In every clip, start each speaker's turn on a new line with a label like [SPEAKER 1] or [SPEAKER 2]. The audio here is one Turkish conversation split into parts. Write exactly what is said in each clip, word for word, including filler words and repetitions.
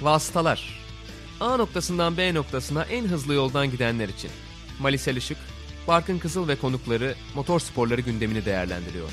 [SPEAKER 1] Vasıtalar. A noktasından B noktasına en hızlı yoldan gidenler için. Malisel Işık, Barkın Kızıl ve konukları motor sporları gündemini değerlendiriyor.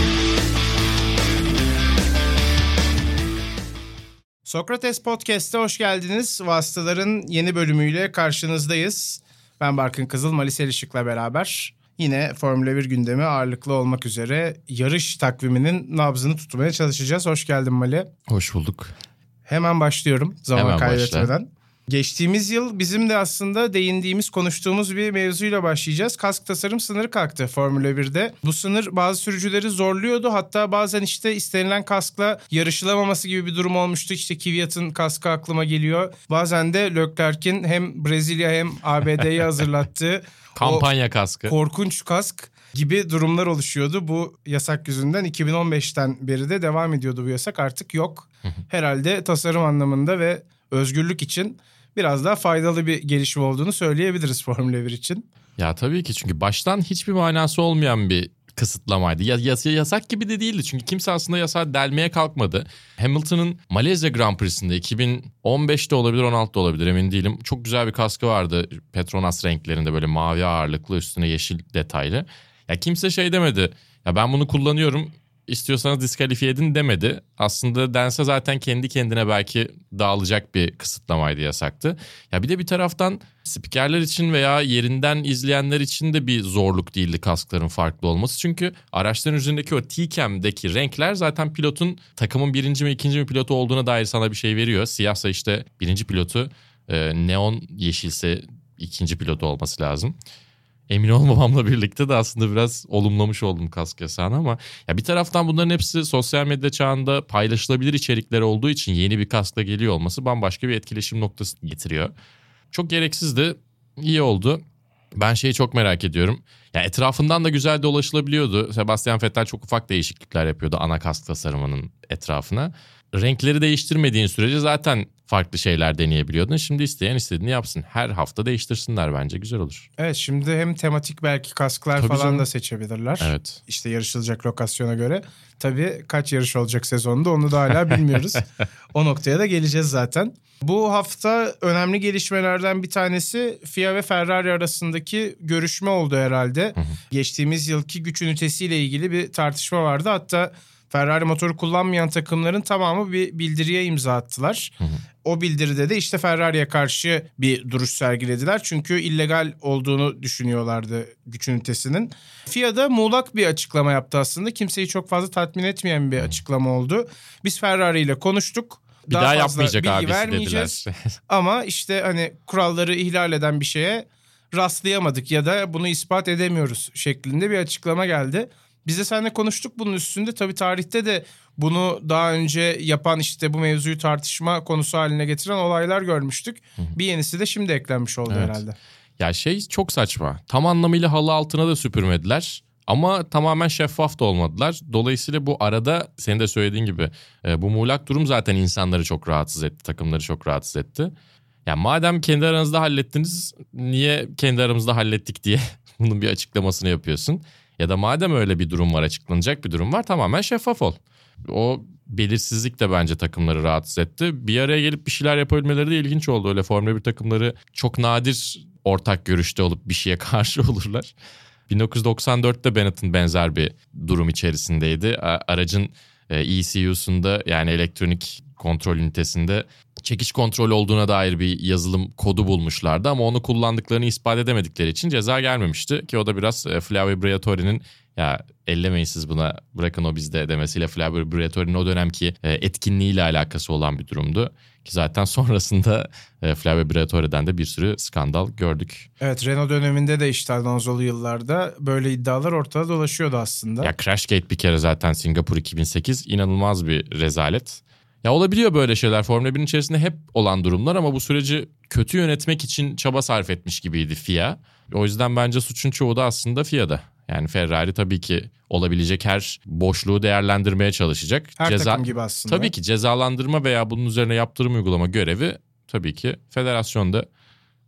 [SPEAKER 2] Sokrates Podcast'a hoş geldiniz. Vasıtaların yeni bölümüyle karşınızdayız. Ben Barkın Kızıl, Malisel Işık'la beraber yine Formula bir gündemi ağırlıklı olmak üzere yarış takviminin nabzını tutmaya çalışacağız. Hoş geldin Mali.
[SPEAKER 3] Hoş bulduk.
[SPEAKER 2] Hemen başlıyorum zaman
[SPEAKER 3] Hemen
[SPEAKER 2] kaybetmeden.
[SPEAKER 3] başla.
[SPEAKER 2] Geçtiğimiz yıl bizim de aslında değindiğimiz, konuştuğumuz bir mevzuyla başlayacağız. Kask tasarım sınırı kalktı Formula birde. Bu sınır bazı sürücüleri zorluyordu. Hatta bazen işte istenilen kaskla yarışılamaması gibi bir durum olmuştu. İşte Kvyat'ın kaskı aklıma geliyor. Bazen de Leclerc'in hem Brezilya hem A B D'ye hazırlattığı
[SPEAKER 3] kampanya kaskı,
[SPEAKER 2] korkunç kask gibi durumlar oluşuyordu. Bu yasak yüzünden iki bin on beşten beri de devam ediyordu bu yasak. Artık yok. Herhalde tasarım anlamında ve özgürlük için biraz daha faydalı bir gelişme olduğunu söyleyebiliriz Formula bir için.
[SPEAKER 3] Ya tabii ki, çünkü baştan hiçbir manası olmayan bir kısıtlamaydı. Ya, yas- yasak gibi de değildi, çünkü kimse aslında yasağı delmeye kalkmadı. Hamilton'ın Malezya Grand Prix'sinde iki bin on beşte olabilir, on altıda olabilir, emin değilim. Çok güzel bir kaskı vardı, Petronas renklerinde, böyle mavi ağırlıklı, üstüne yeşil detaylı. Ya kimse şey demedi, ya ben bunu kullanıyorum, İstiyorsanız diskalifiye edin demedi. Aslında dense zaten kendi kendine belki dağılacak bir kısıtlamaydı, yasaktı. Ya bir de bir taraftan spikerler için veya yerinden izleyenler için de bir zorluk değildi kaskların farklı olması. Çünkü araçların üzerindeki o T-Cam'deki renkler zaten pilotun takımın birinci mi ikinci mi pilotu olduğuna dair sana bir şey veriyor. Siyahsa işte birinci pilotu, e, neon yeşilse ikinci pilotu olması lazım. Emin olmamamla birlikte de aslında biraz olumlamış oldum kask yasağını, ama ya bir taraftan bunların hepsi sosyal medya çağında paylaşılabilir içerikler olduğu için yeni bir kaskla geliyor olması bambaşka bir etkileşim noktası getiriyor. Çok gereksizdi, iyi oldu. Ben şeyi çok merak ediyorum. Ya etrafından da güzel de ulaşılabiliyordu. Sebastian Vettel çok ufak değişiklikler yapıyordu ana kask tasarımının etrafına. Renkleri değiştirmediğin sürece zaten farklı şeyler deneyebiliyordun. Şimdi isteyen istediğini yapsın. Her hafta değiştirsinler, bence güzel olur.
[SPEAKER 2] Evet, şimdi hem tematik belki kasklar
[SPEAKER 3] Tabii
[SPEAKER 2] falan
[SPEAKER 3] canım.
[SPEAKER 2] da seçebilirler.
[SPEAKER 3] Evet.
[SPEAKER 2] İşte yarışılacak lokasyona göre. Tabii kaç yarış olacak sezonda onu da hala bilmiyoruz. O noktaya da geleceğiz zaten. Bu hafta önemli gelişmelerden bir tanesi F I A ve Ferrari arasındaki görüşme oldu herhalde.
[SPEAKER 3] Hı hı.
[SPEAKER 2] Geçtiğimiz yılki güç ünitesiyle ilgili bir tartışma vardı. Hatta Ferrari motoru kullanmayan takımların tamamı bir bildiriye imza attılar. Hı hı. O bildiride de işte Ferrari'ye karşı bir duruş sergilediler. Çünkü illegal olduğunu düşünüyorlardı güç ünitesinin. F I A da muğlak bir açıklama yaptı aslında. Kimseyi çok fazla tatmin etmeyen bir hı. açıklama oldu. Biz Ferrari ile konuştuk.
[SPEAKER 3] Bir
[SPEAKER 2] daha,
[SPEAKER 3] daha
[SPEAKER 2] fazla
[SPEAKER 3] yapmayacak
[SPEAKER 2] bilgi
[SPEAKER 3] abisi
[SPEAKER 2] vermeyeceğiz.
[SPEAKER 3] dediler.
[SPEAKER 2] Ama işte hani kuralları ihlal eden bir şeye rastlayamadık ya da bunu ispat edemiyoruz şeklinde bir açıklama geldi. Biz de seninle konuştuk bunun üstünde. Tabii tarihte de bunu daha önce yapan, işte bu mevzuyu tartışma konusu haline getiren olaylar görmüştük. Hı. Bir yenisi de şimdi eklenmiş oldu evet. herhalde.
[SPEAKER 3] Ya şey çok saçma. Tam anlamıyla halı altına da süpürmediler. Ama tamamen şeffaf da olmadılar. Dolayısıyla bu arada senin de söylediğin gibi bu muğlak durum zaten insanları çok rahatsız etti. Takımları çok rahatsız etti. Ya madem kendi aranızda hallettiniz, niye kendi aramızda hallettik diye bunun bir açıklamasını yapıyorsun? Ya da madem öyle bir durum var, açıklanacak bir durum var, tamamen şeffaf ol. O belirsizlik de bence takımları rahatsız etti. Bir araya gelip bir şeyler yapabilmeleri de ilginç oldu. Öyle Formula bir takımları çok nadir ortak görüşte olup bir şeye karşı olurlar. bin dokuz yüz doksan dörtte Benetton benzer bir durum içerisindeydi. Aracın E C U'sunda, yani elektronik kontrol ünitesinde çekiş kontrolü olduğuna dair bir yazılım kodu bulmuşlardı ama onu kullandıklarını ispat edemedikleri için ceza gelmemişti. Ki o da biraz Flavio Briatore'nin ya ellemeyin siz buna, bırakın o bizde demesiyle Flavio Briatore'nin o dönemki etkinliğiyle alakası olan bir durumdu. Ki zaten sonrasında Flavio Briatore'den de bir sürü skandal gördük.
[SPEAKER 2] Evet, Renault döneminde de işte Alonso'lu yıllarda böyle iddialar ortada dolaşıyordu aslında.
[SPEAKER 3] Ya Crashgate bir kere zaten Singapur iki bin sekiz inanılmaz bir rezalet. Ya olabiliyor böyle şeyler, Formula birin içerisinde hep olan durumlar ama bu süreci kötü yönetmek için çaba sarf etmiş gibiydi F I A. O yüzden bence suçun çoğu da aslında F I A'da. Yani Ferrari tabii ki olabilecek her boşluğu değerlendirmeye çalışacak.
[SPEAKER 2] Her
[SPEAKER 3] Ceza...
[SPEAKER 2] takım gibi aslında.
[SPEAKER 3] Tabii ki cezalandırma veya bunun üzerine yaptırım uygulama görevi tabii ki federasyonda.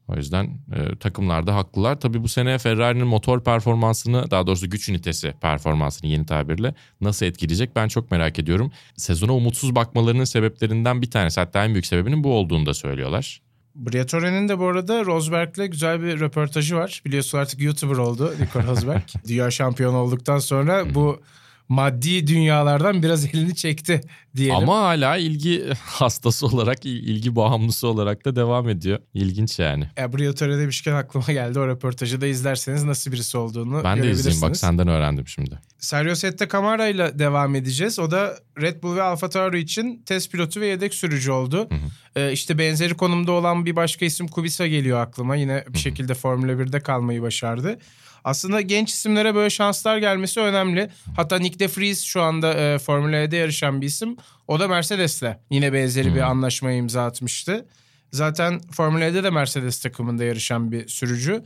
[SPEAKER 3] O yüzden e, takımlar da haklılar. Tabii bu sene Ferrari'nin motor performansını, daha doğrusu güç ünitesi performansını yeni tabirle nasıl etkileyecek ben çok merak ediyorum. Sezona umutsuz bakmalarının sebeplerinden bir tanesi, hatta en büyük sebebinin bu olduğunu da söylüyorlar.
[SPEAKER 2] Briatore'nin de bu arada Rosberg'le güzel bir röportajı var. Biliyorsun artık YouTuber oldu Nico Rosberg. Dünya şampiyonu olduktan sonra bu maddi dünyalardan biraz elini çekti diyelim.
[SPEAKER 3] Ama hala ilgi hastası olarak, ilgi bağımlısı olarak da devam ediyor. İlginç yani.
[SPEAKER 2] Ya Briatore demişken aklıma geldi. O röportajı da izlerseniz nasıl birisi olduğunu
[SPEAKER 3] ben de
[SPEAKER 2] görebilirsiniz.
[SPEAKER 3] izleyeyim, bak senden öğrendim şimdi.
[SPEAKER 2] Sergio Sette Camara ile devam edeceğiz. O da Red Bull ve AlphaTauri için test pilotu ve yedek sürücü oldu. Hı hı. Ee, işte benzeri konumda olan bir başka isim Kubica geliyor aklıma. Yine bir hı hı. şekilde Formula birde kalmayı başardı. Aslında genç isimlere böyle şanslar gelmesi önemli. Hatta Nick de Vries şu anda e, Formula E'de yarışan bir isim. O da Mercedes'le yine benzeri hmm. bir anlaşmaya imza atmıştı. Zaten Formula E'de de Mercedes takımında yarışan bir sürücü.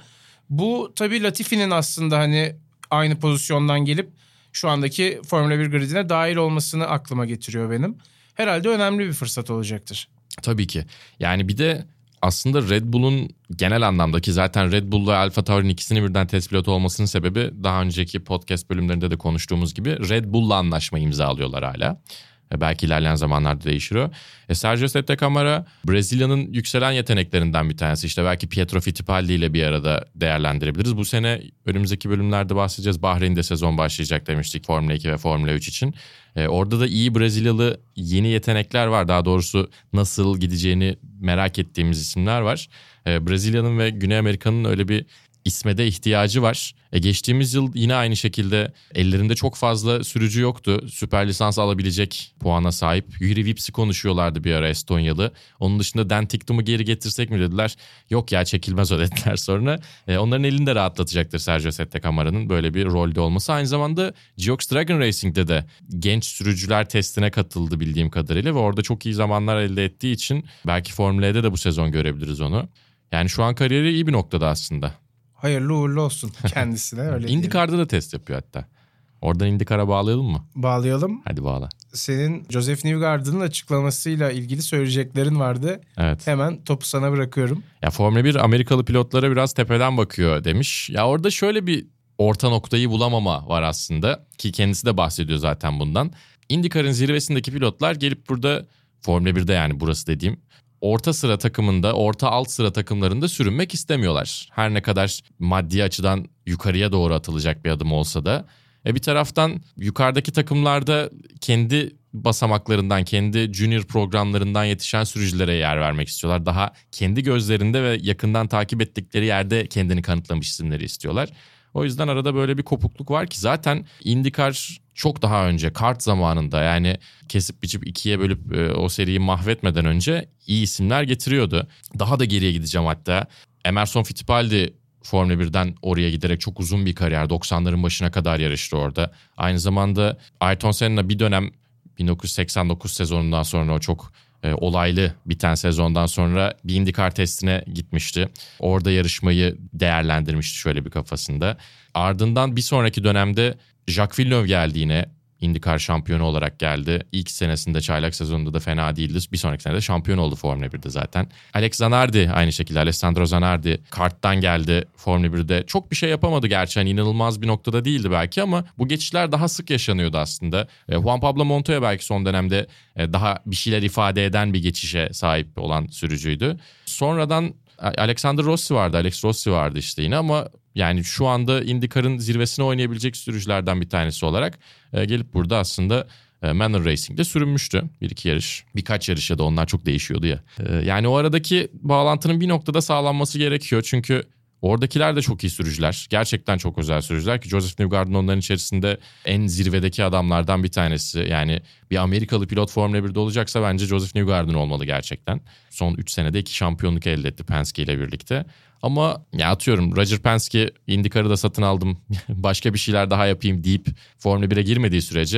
[SPEAKER 2] Bu tabii Latifi'nin aslında hani aynı pozisyondan gelip şu andaki Formula bir gridine dahil olmasını aklıma getiriyor benim. Herhalde önemli bir fırsat olacaktır.
[SPEAKER 3] Tabii ki. Yani bir de aslında Red Bull'un genel anlamdaki, zaten Red Bull ve AlphaTauri'nin ikisini birden test pilotu olmasının sebebi daha önceki podcast bölümlerinde de konuştuğumuz gibi Red Bull'la anlaşma imzalıyorlar hala. Belki ilerleyen zamanlarda değişir o. E, Sergio Sette Camara Brezilya'nın yükselen yeteneklerinden bir tanesi. İşte belki Pietro Fittipaldi ile bir arada değerlendirebiliriz. Bu sene önümüzdeki bölümlerde bahsedeceğiz. Bahreyn'de sezon başlayacak demiştik Formula iki ve Formula üç için. E, orada da iyi Brezilyalı yeni yetenekler var. Daha doğrusu nasıl gideceğini merak ettiğimiz isimler var. E, Brezilya'nın ve Güney Amerika'nın öyle bir isme de ihtiyacı var. E geçtiğimiz yıl yine aynı şekilde ellerinde çok fazla sürücü yoktu. Süper lisans alabilecek puana sahip. Yuri Vips'i konuşuyorlardı bir ara, Estonyalı. Onun dışında Dan Ticktum'u geri getirsek mi dediler. Yok ya, çekilmez o dediler sonra. E onların elini de rahatlatacaktır Sergio Sette Camara'nın böyle bir rolde olması. Aynı zamanda Geox Dragon Racing'de de genç sürücüler testine katıldı bildiğim kadarıyla. Ve orada çok iyi zamanlar elde ettiği için belki Formula E'de de bu sezon görebiliriz onu. Yani şu an kariyeri iyi bir noktada aslında.
[SPEAKER 2] Hayırlı uğurlu olsun kendisine. Öyle
[SPEAKER 3] IndyCar'da da test yapıyor hatta. Oradan IndyCar'a bağlayalım mı?
[SPEAKER 2] Bağlayalım.
[SPEAKER 3] Hadi bağla.
[SPEAKER 2] Senin Joseph Newgarden'ın açıklamasıyla ilgili söyleyeceklerin vardı.
[SPEAKER 3] Evet.
[SPEAKER 2] Hemen topu sana bırakıyorum.
[SPEAKER 3] Ya Formula bir Amerikalı pilotlara biraz tepeden bakıyor demiş. Ya orada şöyle bir orta noktayı bulamama var aslında. Ki kendisi de bahsediyor zaten bundan. IndyCar'ın zirvesindeki pilotlar gelip burada Formula birde, yani burası dediğim, orta sıra takımında, orta alt sıra takımlarında sürünmek istemiyorlar. Her ne kadar maddi açıdan yukarıya doğru atılacak bir adım olsa da. E bir taraftan yukarıdaki takımlarda kendi basamaklarından, kendi junior programlarından yetişen sürücülere yer vermek istiyorlar. Daha kendi gözlerinde ve yakından takip ettikleri yerde kendini kanıtlamış isimleri istiyorlar. O yüzden arada böyle bir kopukluk var ki zaten IndyCar çok daha önce, kart zamanında, yani kesip biçip ikiye bölüp e, o seriyi mahvetmeden önce iyi isimler getiriyordu. Daha da geriye gideceğim hatta. Emerson Fittipaldi Formula birden oraya giderek çok uzun bir kariyer, doksanların başına kadar yarıştı orada. Aynı zamanda Ayrton Senna bir dönem bin dokuz yüz seksen dokuz sezonundan sonra, o çok e, olaylı biten sezondan sonra bir IndyCar testine gitmişti. Orada yarışmayı değerlendirmişti şöyle bir kafasında. Ardından bir sonraki dönemde Jacques Villeneuve geldi yine. IndyCar şampiyonu olarak geldi. İlk senesinde, çaylak sezonunda da fena değildi. Bir sonraki sene de şampiyon oldu Formula birde zaten. Alex Zanardi aynı şekilde. Alessandro Zanardi karttan geldi Formula birde. Çok bir şey yapamadı gerçi. Yani inanılmaz bir noktada değildi belki ama bu geçişler daha sık yaşanıyordu aslında. Juan Pablo Montoya belki son dönemde daha bir şeyler ifade eden bir geçişe sahip olan sürücüydü. Sonradan Alexander Rossi vardı. Alex Rossi vardı işte yine ama yani şu anda IndyCar'ın zirvesine oynayabilecek sürücülerden bir tanesi olarak e, gelip burada aslında e, Manor Racing'de sürünmüştü. Bir iki yarış, birkaç yarış ya da onlar çok değişiyordu ya. E, yani o aradaki bağlantının bir noktada sağlanması gerekiyor. Çünkü oradakiler de çok iyi sürücüler. Gerçekten çok özel sürücüler ki Joseph Newgarden onların içerisinde en zirvedeki adamlardan bir tanesi. Yani bir Amerikalı pilot Formula birde olacaksa bence Joseph Newgarden olmalı gerçekten. Son üç senede iki şampiyonluk elde etti Penske ile birlikte. Ama ya atıyorum Roger Penske IndyCar'ı da satın aldım, başka bir şeyler daha yapayım deyip Formula bire girmediği sürece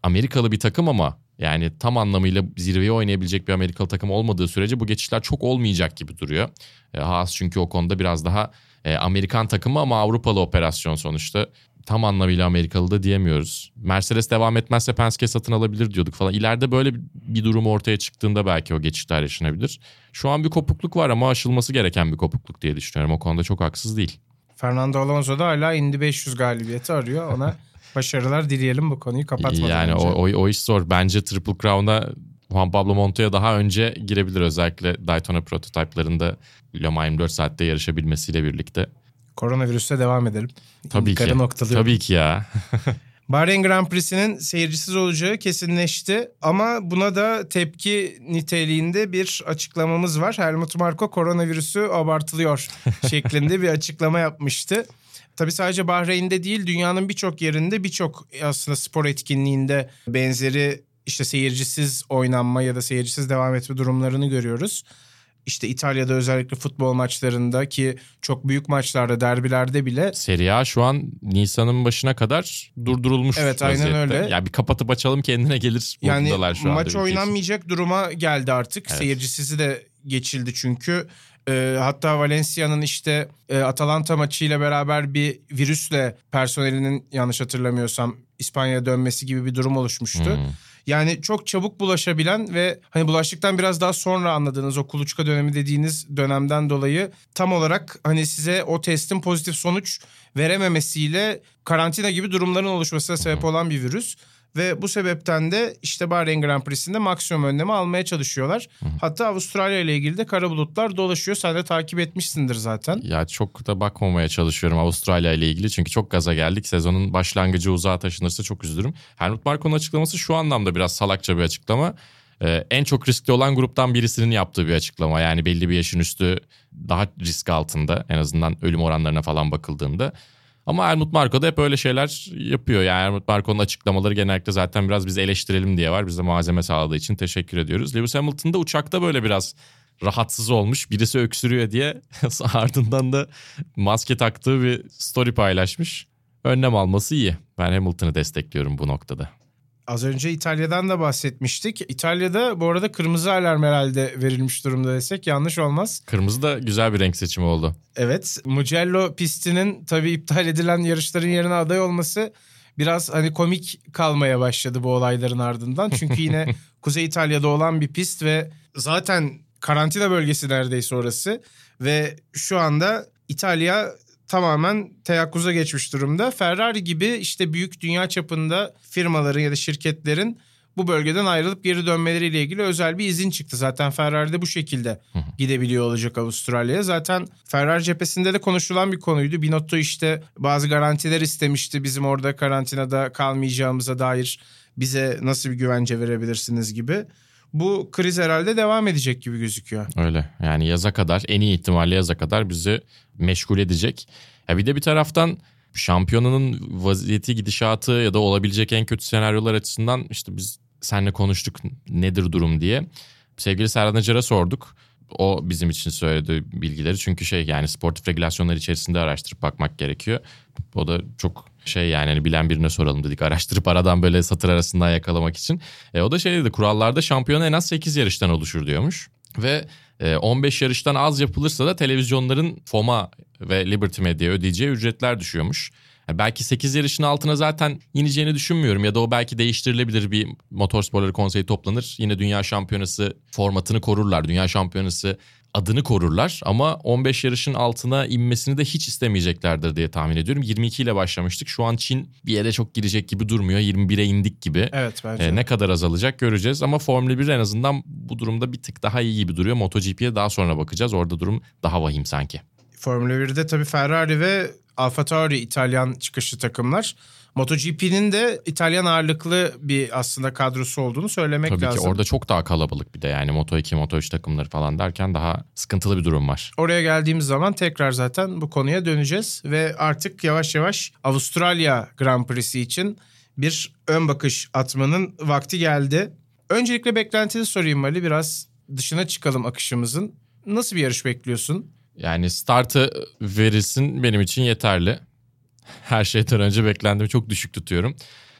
[SPEAKER 3] Amerikalı bir takım ama yani tam anlamıyla zirveye oynayabilecek bir Amerikalı takım olmadığı sürece bu geçişler çok olmayacak gibi duruyor. E, Haas çünkü o konuda biraz daha e, Amerikan takımı ama Avrupalı operasyon sonuçta. Tam anlamıyla Amerikalı da diyemiyoruz. Mercedes devam etmezse Penske satın alabilir diyorduk falan. İleride böyle bir durum ortaya çıktığında belki o geçişler yaşanabilir. Şu an bir kopukluk var ama aşılması gereken bir kopukluk diye düşünüyorum. O konuda çok haksız değil.
[SPEAKER 2] Fernando Alonso da hala Indy beş yüz galibiyeti arıyor. Ona başarılar dileyelim bu konuyu kapatmadan
[SPEAKER 3] yani
[SPEAKER 2] önce.
[SPEAKER 3] O, o, o iş zor. Bence Triple Crown'a Juan Pablo Montoya daha önce girebilir. Özellikle Daytona prototyplarında Le Mans yirmi dört saatte yarışabilmesiyle birlikte.
[SPEAKER 2] Koronavirüse devam edelim.
[SPEAKER 3] Tabii
[SPEAKER 2] İndikarı
[SPEAKER 3] ki.
[SPEAKER 2] noktalıyorum.
[SPEAKER 3] Tabii ki ya.
[SPEAKER 2] Bahreyn Grand Prix'sinin seyircisiz olacağı kesinleşti ama buna da tepki niteliğinde bir açıklamamız var. Helmut Marko koronavirüsü abartılıyor şeklinde bir açıklama yapmıştı. Tabii sadece Bahreyn'de değil, dünyanın birçok yerinde, birçok aslında spor etkinliğinde benzeri işte seyircisiz oynanma ya da seyircisiz devam etme durumlarını görüyoruz. İşte İtalya'da özellikle futbol maçlarında ki çok büyük maçlarda, derbilerde bile.
[SPEAKER 3] Serie A şu an Nisan'ın başına kadar durdurulmuş
[SPEAKER 2] evet,
[SPEAKER 3] vaziyette.
[SPEAKER 2] aynen öyle.
[SPEAKER 3] Ya bir kapatıp açalım kendine gelir.
[SPEAKER 2] Yani
[SPEAKER 3] şu
[SPEAKER 2] maç oynanmayacak duruma geldi artık. Evet. Seyircisizi de geçildi çünkü. E, hatta Valencia'nın işte e, Atalanta maçıyla beraber bir virüsle personelinin yanlış hatırlamıyorsam İspanya'ya dönmesi gibi bir durum oluşmuştu. Hmm. Yani çok çabuk bulaşabilen ve hani bulaştıktan biraz daha sonra anladığınız o kuluçka dönemi dediğiniz dönemden dolayı tam olarak hani size o testin pozitif sonuç verememesiyle karantina gibi durumların oluşmasına sebep olan bir virüs. Ve bu sebepten de işte Bahreyn Grand Prix'sinde maksimum önlemi almaya çalışıyorlar. Hı. Hatta Avustralya ile ilgili de kara bulutlar dolaşıyor. Sen de takip etmişsindir zaten.
[SPEAKER 3] Ya çok da bakmamaya çalışıyorum Avustralya ile ilgili. Çünkü çok gaza geldik. Sezonun başlangıcı uzağa taşınırsa çok üzülürüm. Helmut Marko'nun açıklaması şu anlamda biraz salakça bir açıklama. Ee, en çok riskli olan gruptan birisinin yaptığı bir açıklama. Yani belli bir yaşın üstü daha risk altında. En azından ölüm oranlarına falan bakıldığında. Ama Helmut Marko da hep öyle şeyler yapıyor. Yani Helmut Marko'nun açıklamaları genellikle zaten biraz biz eleştirelim diye var. Bize malzeme sağladığı için teşekkür ediyoruz. Lewis Hamilton da uçakta böyle biraz rahatsız olmuş. Birisi öksürüyor diye ardından da maske taktığı bir story paylaşmış. Önlem alması iyi. Ben Hamilton'ı destekliyorum bu noktada.
[SPEAKER 2] Az önce İtalya'dan da bahsetmiştik. İtalya'da bu arada kırmızı alarm herhalde verilmiş durumda desek yanlış olmaz.
[SPEAKER 3] Kırmızı da güzel bir renk seçimi oldu.
[SPEAKER 2] Evet. Mugello pistinin tabii iptal edilen yarışların yerine aday olması biraz hani komik kalmaya başladı bu olayların ardından. Çünkü yine Kuzey İtalya'da olan bir pist ve zaten karantina bölgesi neredeyse orası. Ve şu anda İtalya tamamen teyakkuza geçmiş durumda. Ferrari gibi işte büyük dünya çapında firmaların ya da şirketlerin bu bölgeden ayrılıp geri dönmeleriyle ilgili özel bir izin çıktı. Zaten Ferrari de bu şekilde gidebiliyor olacak Avustralya'ya. Zaten Ferrari cephesinde de konuşulan bir konuydu. Binotto işte bazı garantiler istemişti. Bizim orada karantinada kalmayacağımıza dair bize nasıl bir güvence verebilirsiniz gibi. Bu kriz herhalde devam edecek gibi gözüküyor.
[SPEAKER 3] Öyle yani yaza kadar en iyi ihtimalle yaza kadar bizi meşgul edecek. Ya bir de bir taraftan şampiyonanın vaziyeti gidişatı ya da olabilecek en kötü senaryolar açısından işte biz seninle konuştuk nedir durum diye. Sevgili Serhan Acar'a sorduk. O bizim için söyledi bilgileri çünkü şey yani sportif regülasyonlar içerisinde araştırıp bakmak gerekiyor. O da çok şey yani hani bilen birine soralım dedik araştırıp aradan böyle satır arasından yakalamak için. E, o da şey dedi kurallarda şampiyona en az sekiz yarıştan oluşur diyormuş. Ve e, on beş yarıştan az yapılırsa da televizyonların F O M A ve Liberty Media ödeyeceği ücretler düşüyormuş. Yani belki sekiz yarışın altına zaten ineceğini düşünmüyorum ya da o belki değiştirilebilir bir motorsporları konseyi toplanır. Yine dünya şampiyonası formatını korurlar. Dünya şampiyonası adını korurlar ama on beş yarışın altına inmesini de hiç istemeyeceklerdir diye tahmin ediyorum. yirmi iki ile başlamıştık. Şu an Çin bir yere çok girecek gibi durmuyor. yirmi bire indik gibi.
[SPEAKER 2] Evet bence.
[SPEAKER 3] Ee, ne kadar azalacak göreceğiz ama Formula bir en azından bu durumda bir tık daha iyi gibi duruyor. MotoGP'ye daha sonra bakacağız. Orada durum daha vahim sanki.
[SPEAKER 2] Formula birde tabii Ferrari ve AlphaTauri İtalyan çıkışlı takımlar. MotoGP'nin de İtalyan ağırlıklı bir aslında kadrosu olduğunu söylemek
[SPEAKER 3] Tabii
[SPEAKER 2] lazım.
[SPEAKER 3] Tabii ki orada çok daha kalabalık bir de yani Moto iki, Moto üç takımları falan derken daha sıkıntılı bir durum var.
[SPEAKER 2] Oraya geldiğimiz zaman tekrar zaten bu konuya döneceğiz ve artık yavaş yavaş Avustralya Grand Prix'si için bir ön bakış atmanın vakti geldi. Öncelikle beklentini sorayım Ali, biraz dışına çıkalım akışımızın. Nasıl bir yarış bekliyorsun?
[SPEAKER 3] Yani startı verilsin benim için yeterli. Her şeyden önce beklentimi çok düşük tutuyorum.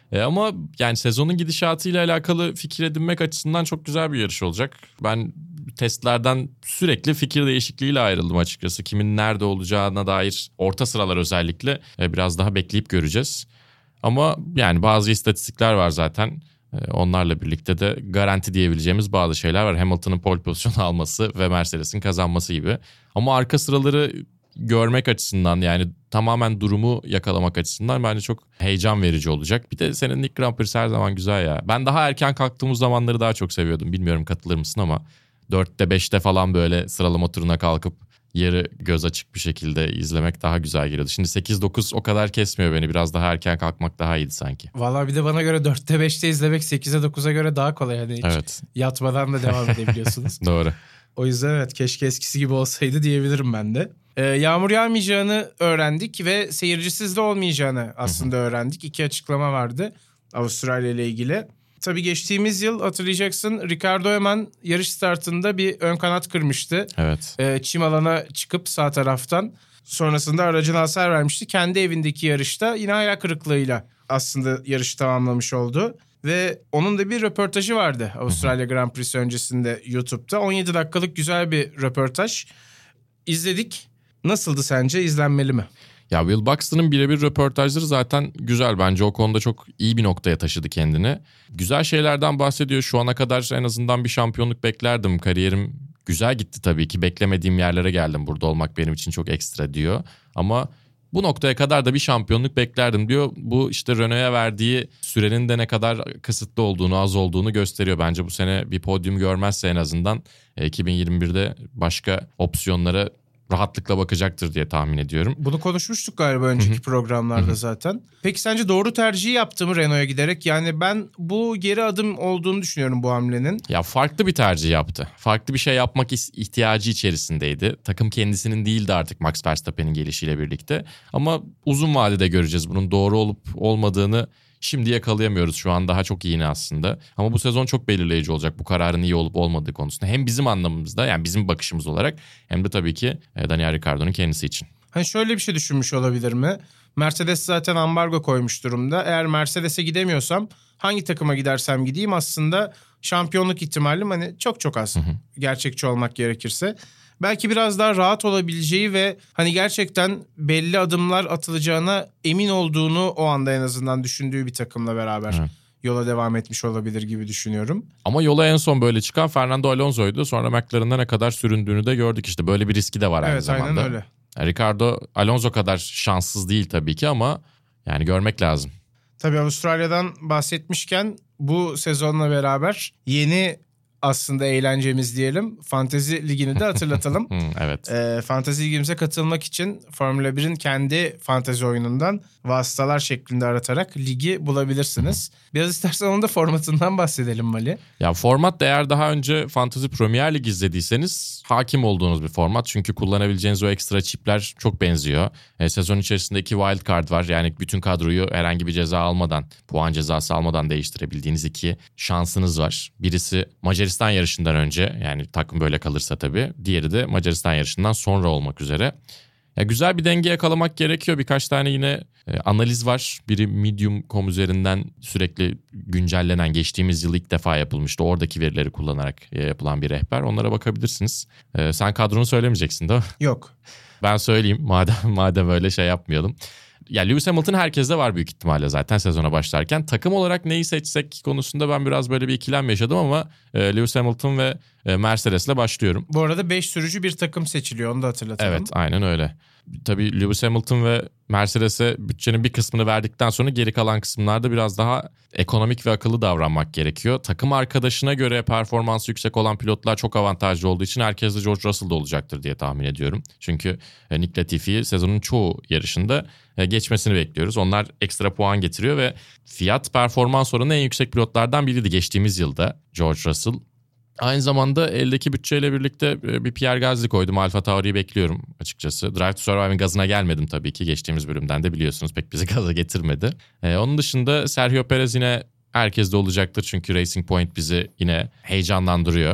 [SPEAKER 3] E ama yani sezonun gidişatıyla alakalı fikir edinmek açısından çok güzel bir yarış olacak. Ben testlerden sürekli fikir değişikliğiyle ayrıldım açıkçası. Kimin nerede olacağına dair orta sıralar özellikle e, biraz daha bekleyip göreceğiz. Ama yani bazı istatistikler var zaten. E, onlarla birlikte de garanti diyebileceğimiz bazı şeyler var. Hamilton'ın pole pozisyonu alması ve Mercedes'in kazanması gibi. Ama arka sıraları görmek açısından yani tamamen durumu yakalamak açısından bence çok heyecan verici olacak. Bir de senin ilk Grand Prix her zaman güzel ya. Ben daha erken kalktığımız zamanları daha çok seviyordum. Bilmiyorum katılır mısın ama dörtte beşte falan böyle sıralama turuna kalkıp yarı göz açık bir şekilde izlemek daha güzel geliyordu. Şimdi sekiz dokuz o kadar kesmiyor beni. Biraz daha erken kalkmak daha iyiydi sanki.
[SPEAKER 2] Valla bir de bana göre dörtte beşte izlemek sekize dokuza göre daha kolay. Hani hiç
[SPEAKER 3] evet.
[SPEAKER 2] Yatmadan da devam edebiliyorsunuz.
[SPEAKER 3] Doğru.
[SPEAKER 2] O yüzden evet keşke eskisi gibi olsaydı diyebilirim ben de. Ee, yağmur yağmayacağını öğrendik ve seyircisiz de olmayacağını aslında öğrendik. İki açıklama vardı Avustralya ile ilgili. Tabii geçtiğimiz yıl hatırlayacaksın Ricardo hemen yarış startında bir ön kanat kırmıştı.
[SPEAKER 3] Evet.
[SPEAKER 2] Ee, çim alana çıkıp sağ taraftan sonrasında aracına hasar vermişti. Kendi evindeki yarışta yine hayal kırıklığıyla aslında yarışı tamamlamış oldu. Ve onun da bir röportajı vardı Avustralya Grand Prix'si öncesinde YouTube'da. on yedi dakikalık güzel bir röportaj. İzledik. Nasıldı sence? İzlenmeli mi?
[SPEAKER 3] Ya Will Buxton'ın birebir röportajları zaten güzel. Bence o konuda çok iyi bir noktaya taşıdı kendini. Güzel şeylerden bahsediyor. Şu ana kadar en azından bir şampiyonluk beklerdim. Kariyerim güzel gitti tabii ki. Beklemediğim yerlere geldim. Burada olmak benim için çok ekstra diyor. Ama bu noktaya kadar da bir şampiyonluk beklerdim diyor. Bu işte Renault'a verdiği sürenin de ne kadar kısıtlı olduğunu, az olduğunu gösteriyor. Bence bu sene bir podyum görmezse en azından iki bin yirmi birde başka opsiyonlara rahatlıkla bakacaktır diye tahmin ediyorum.
[SPEAKER 2] Bunu konuşmuştuk galiba önceki programlarda zaten. Peki sence doğru tercihi yaptı mı Renault'a giderek? Yani ben bu geri adım olduğunu düşünüyorum bu hamlenin.
[SPEAKER 3] Ya farklı bir tercih yaptı. Farklı bir şey yapmak ihtiyacı içerisindeydi. Takım kendisinin değildi artık Max Verstappen'in gelişiyle birlikte. Ama uzun vadede göreceğiz bunun doğru olup olmadığını. Şimdi yakalayamıyoruz, şu an daha çok yeni aslında. Ama bu sezon çok belirleyici olacak bu kararın iyi olup olmadığı konusunda. Hem bizim anlamımızda, yani bizim bakışımız olarak, hem de tabii ki Daniel Ricciardo'nun kendisi için.
[SPEAKER 2] Hani şöyle bir şey düşünmüş olabilir mi? Mercedes zaten ambargo koymuş durumda. Eğer Mercedes'e gidemiyorsam hangi takıma gidersem gideyim aslında şampiyonluk ihtimalim hani çok çok az. Hı hı. Gerçekçi olmak gerekirse. Belki biraz daha rahat olabileceği ve hani gerçekten belli adımlar atılacağına emin olduğunu o anda en azından düşündüğü bir takımla beraber evet. yola devam etmiş olabilir gibi düşünüyorum.
[SPEAKER 3] Ama yola en son böyle çıkan Fernando Alonso'ydu. Sonra McLaren'da ne kadar süründüğünü de gördük işte. Böyle bir riski de var aynı
[SPEAKER 2] evet,
[SPEAKER 3] zamanda.
[SPEAKER 2] Evet aynen öyle.
[SPEAKER 3] Ricardo Alonso kadar şanssız değil tabii ki ama yani görmek lazım.
[SPEAKER 2] Tabii Avustralya'dan bahsetmişken bu sezonla beraber yeni aslında eğlencemiz diyelim. Fantezi Ligi'ni de hatırlatalım.
[SPEAKER 3] evet.
[SPEAKER 2] E, Fantezi Ligi'mize katılmak için Formula birin kendi fantezi oyunundan vasıtalar şeklinde aratarak ligi bulabilirsiniz. Biraz istersen onun da formatından bahsedelim Mali.
[SPEAKER 3] Ya format da eğer daha önce Fantasy Premier Lig izlediyseniz hakim olduğunuz bir format. Çünkü kullanabileceğiniz o ekstra çipler çok benziyor. E, sezon içerisinde iki wild card var. Yani bütün kadroyu herhangi bir ceza almadan, puan cezası almadan değiştirebildiğiniz iki şansınız var. Birisi Macaristan yarışından önce, yani takım böyle kalırsa tabii. Diğeri de Macaristan yarışından sonra olmak üzere. Ya güzel bir denge yakalamak gerekiyor. Birkaç tane yine e, analiz var. Biri Medium nokta com üzerinden sürekli güncellenen, geçtiğimiz yıl ilk defa yapılmıştı. Oradaki verileri kullanarak e, yapılan bir rehber. Onlara bakabilirsiniz. E, sen kadronu söylemeyeceksin değil mi?
[SPEAKER 2] Yok.
[SPEAKER 3] Ben söyleyeyim madem madem öyle şey yapmayalım. Ya Lewis Hamilton herkeste var büyük ihtimalle zaten sezona başlarken. Takım olarak neyi seçsek konusunda ben biraz böyle bir ikilem yaşadım ama e, Lewis Hamilton ve e, Mercedes'le başlıyorum.
[SPEAKER 2] Bu arada beş sürücü bir takım seçiliyor, onu da hatırlatalım.
[SPEAKER 3] Evet, aynen öyle. Tabii Lewis Hamilton ve Mercedes'e bütçenin bir kısmını verdikten sonra geri kalan kısımlarda biraz daha ekonomik ve akıllı davranmak gerekiyor. Takım arkadaşına göre performansı yüksek olan pilotlar çok avantajlı olduğu için herkes de George Russell'da olacaktır diye tahmin ediyorum. Çünkü Nick Latifi'yi sezonun çoğu yarışında geçmesini bekliyoruz. Onlar ekstra puan getiriyor ve fiyat performans oranı en yüksek pilotlardan biriydi geçtiğimiz yılda George Russell. Aynı zamanda eldeki bütçeyle birlikte bir Pierre Gasly koydum. Alfa Tauri'yi bekliyorum açıkçası. Drive to Survive'in gazına gelmedim tabii ki. Geçtiğimiz bölümden de biliyorsunuz pek bizi gaza getirmedi. Ee, onun dışında Sergio Perez yine herkeste olacaktır. Çünkü Racing Point bizi yine heyecanlandırıyor.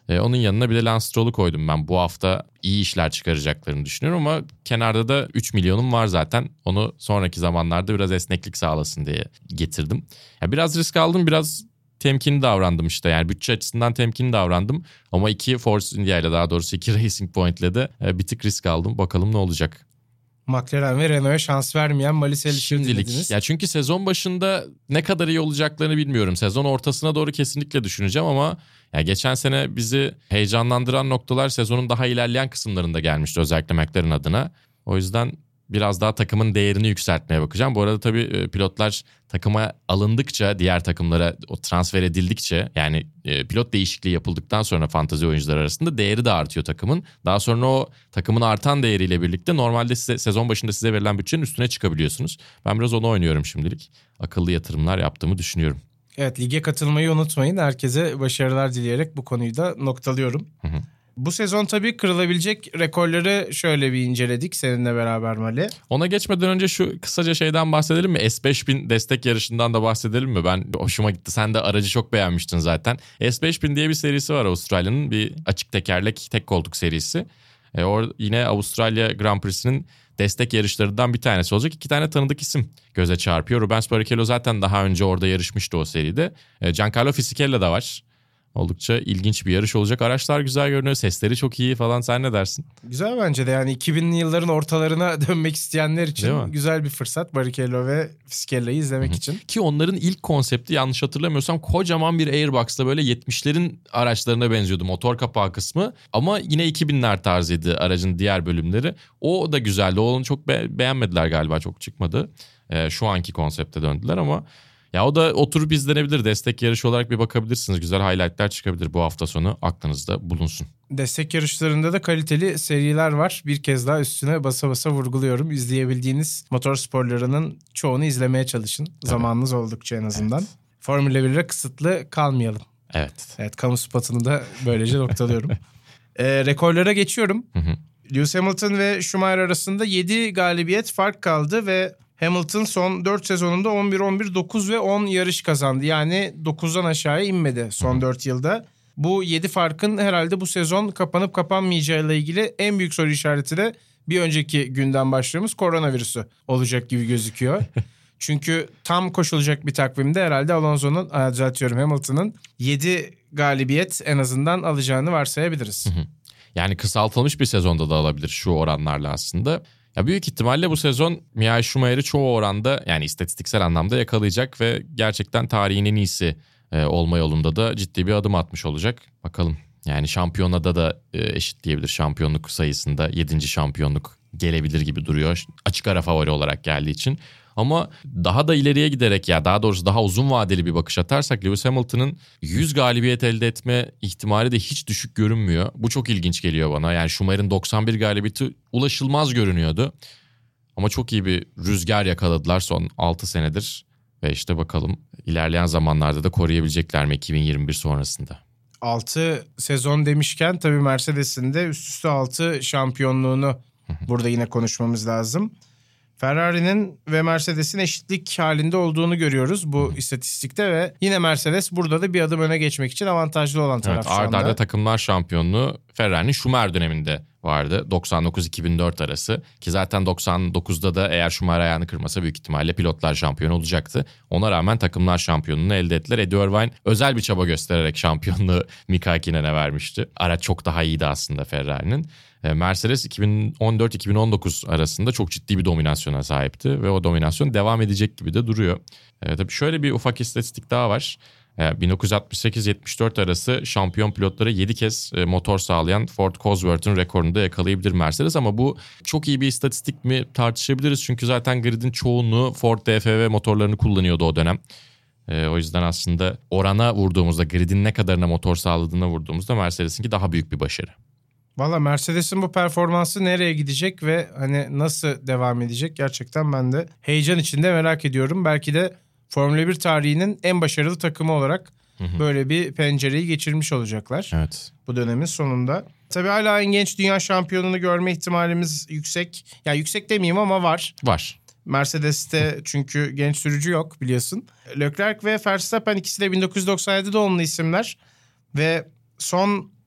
[SPEAKER 3] E, onun yanına bir de Lance Stroll'u koydum ben. Bu hafta iyi işler çıkaracaklarını düşünüyorum ama kenarda da üç milyonum var zaten. Onu sonraki zamanlarda biraz esneklik sağlasın diye getirdim. Ya biraz risk aldım, biraz temkinli davrandım işte. Yani bütçe açısından temkinli davrandım. Ama iki Force India ile, daha doğrusu iki Racing Point ile de bir tık risk aldım. Bakalım ne olacak.
[SPEAKER 2] McLaren ve Renault'a şans vermeyen Malice Alişir'i dinlediniz.
[SPEAKER 3] Ya çünkü sezon başında ne kadar iyi olacaklarını bilmiyorum. Sezon ortasına doğru kesinlikle düşüneceğim ama ya geçen sene bizi heyecanlandıran noktalar sezonun daha ilerleyen kısımlarında gelmişti, özellikle McLaren adına. O yüzden biraz daha takımın değerini yükseltmeye bakacağım. Bu arada tabii pilotlar takıma alındıkça, diğer takımlara o transfer edildikçe, yani pilot değişikliği yapıldıktan sonra fantezi oyuncular arasında değeri de artıyor takımın. Daha sonra o takımın artan değeriyle birlikte normalde size, sezon başında size verilen bütçenin üstüne çıkabiliyorsunuz. Ben biraz onu oynuyorum şimdilik. Akıllı yatırımlar yaptığımı düşünüyorum.
[SPEAKER 2] Evet, lige katılmayı unutmayın. Herkese başarılar dileyerek bu konuyu da noktalıyorum. Hı hı. Bu sezon tabii kırılabilecek rekorları şöyle bir inceledik seninle beraber Mali.
[SPEAKER 3] Ona geçmeden önce şu kısaca şeyden bahsedelim mi? S beş bin destek yarışından da bahsedelim mi? Ben hoşuma gitti. Sen de aracı çok beğenmiştin zaten. S beş bin diye bir serisi var Avustralya'nın. Bir açık tekerlek tek koltuk serisi. E, or, yine Avustralya Grand Prix'sinin destek yarışlarından bir tanesi olacak. İki tane tanıdık isim göze çarpıyor. Rubens Barrichello zaten daha önce orada yarışmıştı o seride. E, Giancarlo Fisichella da var. Oldukça ilginç bir yarış olacak. Araçlar güzel görünüyor. Sesleri çok iyi falan. Sen ne dersin?
[SPEAKER 2] Güzel bence de. Yani iki binli yılların ortalarına dönmek isteyenler için güzel bir fırsat. Barrichello ve Fisichella'yı izlemek Hı-hı. için.
[SPEAKER 3] Ki onların ilk konsepti, yanlış hatırlamıyorsam, kocaman bir Airbox'la böyle yetmişlerin araçlarına benziyordu motor kapağı kısmı. Ama yine iki binler tarzıydı aracın diğer bölümleri. O da güzeldi. Onu çok be- beğenmediler galiba. Çok çıkmadı. Ee, şu anki konsepte döndüler ama... Ya o da oturup izlenebilir. Destek yarışı olarak bir bakabilirsiniz. Güzel highlightlar çıkabilir bu hafta sonu. Aklınızda bulunsun.
[SPEAKER 2] Destek yarışlarında da kaliteli seriler var. Bir kez daha üstüne basa basa vurguluyorum. İzleyebildiğiniz motor sporlarının çoğunu izlemeye çalışın. Evet. Zamanınız oldukça en azından. Evet. Formula bir'e kısıtlı kalmayalım.
[SPEAKER 3] Evet.
[SPEAKER 2] Evet, kamu spotunu da böylece noktalıyorum. e, rekorlara geçiyorum. Hı hı. Lewis Hamilton ve Schumacher arasında yedi galibiyet fark kaldı ve Hamilton son dört sezonunda on bir on bir dokuz ve on yarış kazandı. Yani dokuzdan aşağıya inmedi son dört yılda. Bu yedi farkın herhalde bu sezon kapanıp kapanmayacağıyla ilgili en büyük soru işareti de bir önceki günden başladığımız koronavirüsü olacak gibi gözüküyor. Çünkü tam koşulacak bir takvimde herhalde Alonso'nun, düzeltiyorum Hamilton'ın yedi galibiyet en azından alacağını varsayabiliriz.
[SPEAKER 3] Yani kısaltılmış bir sezonda da alabilir şu oranlarla aslında. Ya büyük ihtimalle bu sezon Michael Schumacher'i çoğu oranda, yani istatistiksel anlamda yakalayacak ve gerçekten tarihin en iyisi e, olma yolunda da ciddi bir adım atmış olacak. Bakalım, yani şampiyonada da e, eşitleyebilir, şampiyonluk sayısında yedinci şampiyonluk gelebilir gibi duruyor. Açık ara favori olarak geldiği için. Ama daha da ileriye giderek, ya daha doğrusu daha uzun vadeli bir bakış atarsak Lewis Hamilton'ın yüz galibiyet elde etme ihtimali de hiç düşük görünmüyor. Bu çok ilginç geliyor bana. Yani Schumacher'in doksan bir galibiyeti ulaşılmaz görünüyordu. Ama çok iyi bir rüzgar yakaladılar son altı senedir. Ve işte bakalım ilerleyen zamanlarda da koruyabilecekler mi iki bin yirmi bir sonrasında.
[SPEAKER 2] altı sezon demişken tabii Mercedes'in de üst üste altı şampiyonluğunu burada yine konuşmamız lazım. Ferrari'nin ve Mercedes'in eşitlik halinde olduğunu görüyoruz bu istatistikte ve yine Mercedes burada da bir adım öne geçmek için avantajlı olan taraf
[SPEAKER 3] evet,
[SPEAKER 2] şu anda.
[SPEAKER 3] Arda arda takımlar şampiyonluğu Ferrari'nin Schumacher döneminde vardı. doksan dokuz iki bin dört arası ki zaten doksan dokuzda da eğer Schumacher ayağını kırmasa büyük ihtimalle pilotlar şampiyon olacaktı. Ona rağmen takımlar şampiyonluğunu elde ettiler. Eddie Irvine özel bir çaba göstererek şampiyonluğu Mika Hakkinen'e vermişti. Araç çok daha iyiydi aslında Ferrari'nin. Mercedes iki bin on dört iki bin on dokuz arasında çok ciddi bir dominasyona sahipti ve o dominasyon devam edecek gibi de duruyor. E, tabii şöyle bir ufak istatistik daha var. E, bin dokuz yüz altmış sekiz yetmiş dört arası şampiyon pilotlara yedi kez e, motor sağlayan Ford Cosworth'un rekorunu da yakalayabilir Mercedes ama bu çok iyi bir istatistik mi tartışabiliriz. Çünkü zaten gridin çoğunluğu Ford D F V motorlarını kullanıyordu o dönem. E, o yüzden aslında orana vurduğumuzda, gridin ne kadarına motor sağladığına vurduğumuzda Mercedes'inki daha büyük bir başarı.
[SPEAKER 2] Valla Mercedes'in bu performansı nereye gidecek ve hani nasıl devam edecek gerçekten ben de heyecan içinde merak ediyorum. Belki de Formula bir tarihinin en başarılı takımı olarak hı hı. böyle bir pencereyi geçirmiş olacaklar.
[SPEAKER 3] Evet.
[SPEAKER 2] Bu dönemin sonunda. Tabii hala en genç dünya şampiyonunu görme ihtimalimiz yüksek. Ya yani yüksek demeyeyim ama var.
[SPEAKER 3] Var.
[SPEAKER 2] Mercedes'te çünkü genç sürücü yok biliyorsun. Leclerc ve Verstappen ikisi de bin dokuz yüz doksan yedi doğumlu isimler ve son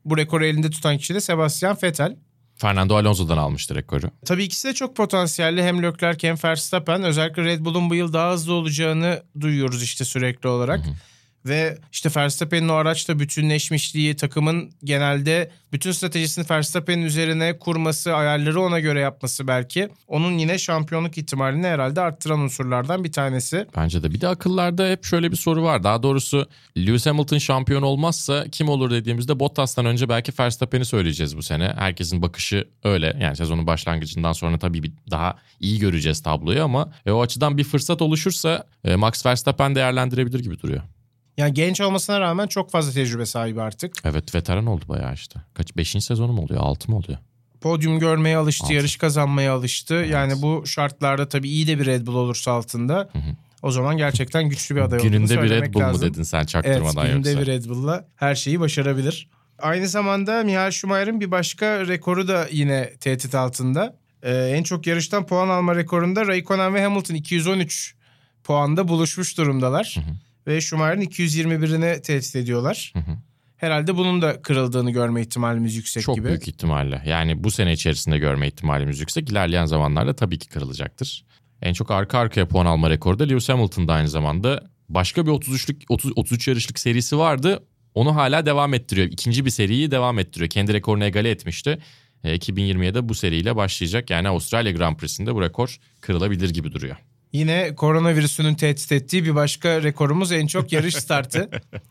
[SPEAKER 2] Bu rekoru elinde tutan kişi de Sebastian Vettel.
[SPEAKER 3] Fernando Alonso'dan almıştı rekoru.
[SPEAKER 2] Tabii ikisi de çok potansiyelli. Hem Leclerc hem Verstappen. Özellikle Red Bull'un bu yıl daha hızlı olacağını duyuyoruz işte sürekli olarak. Hı hı. Ve işte Verstappen'in o araçla bütünleşmişliği, takımın genelde bütün stratejisini Verstappen'in üzerine kurması, ayarları ona göre yapması belki onun yine şampiyonluk ihtimalini herhalde arttıran unsurlardan bir tanesi.
[SPEAKER 3] Bence de. Bir de akıllarda hep şöyle bir soru var. Daha doğrusu Lewis Hamilton şampiyon olmazsa kim olur dediğimizde Bottas'tan önce belki Verstappen'i söyleyeceğiz bu sene. Herkesin bakışı öyle. Yani sezonun başlangıcından sonra tabii bir daha iyi göreceğiz tabloyu ama e, o açıdan bir fırsat oluşursa e, Max Verstappen değerlendirebilir gibi duruyor.
[SPEAKER 2] Yani genç olmasına rağmen çok fazla tecrübe sahibi artık.
[SPEAKER 3] Evet, veteran oldu bayağı işte. Kaç, beşinci sezonu mu oluyor, altı mı oluyor?
[SPEAKER 2] Podyum görmeye alıştı, altı. Yarış kazanmaya alıştı. Evet. Yani bu şartlarda tabii iyi de bir Red Bull olursa altında. Hı hı. O zaman gerçekten güçlü bir aday olduğunu söylemek lazım.
[SPEAKER 3] Gününde bir Red Bull
[SPEAKER 2] lazım.
[SPEAKER 3] mu dedin sen çaktırmadan yoksa?
[SPEAKER 2] Evet, gününde bir Red Bull'la her şeyi başarabilir. Aynı zamanda Michael Schumacher'in bir başka rekoru da yine tehdit altında. Ee, en çok yarıştan puan alma rekorunda Raikkonen ve Hamilton iki yüz on üç puanda buluşmuş durumdalar. Hı hı. Ve Schumacher'in iki yüz yirmi birini tehdit ediyorlar. Hı hı. Herhalde bunun da kırıldığını görme ihtimalimiz yüksek
[SPEAKER 3] Çok
[SPEAKER 2] gibi.
[SPEAKER 3] Çok büyük ihtimalle. Yani bu sene içerisinde görme ihtimalimiz yüksek. İlerleyen zamanlarda tabii ki kırılacaktır. En çok arka arkaya puan alma rekoru da Lewis Hamilton'da aynı zamanda. Başka bir otuz üçlük otuz, otuz üç yarışlık serisi vardı. Onu hala devam ettiriyor. İkinci bir seriyi devam ettiriyor. Kendi rekorunu egale etmişti. E, iki bin yirmiye de bu seriyle başlayacak. Yani Avustralya Grand Prix'sinde bu rekor kırılabilir gibi duruyor.
[SPEAKER 2] Yine koronavirüsünün tehdit ettiği bir başka rekorumuz en çok yarış startı.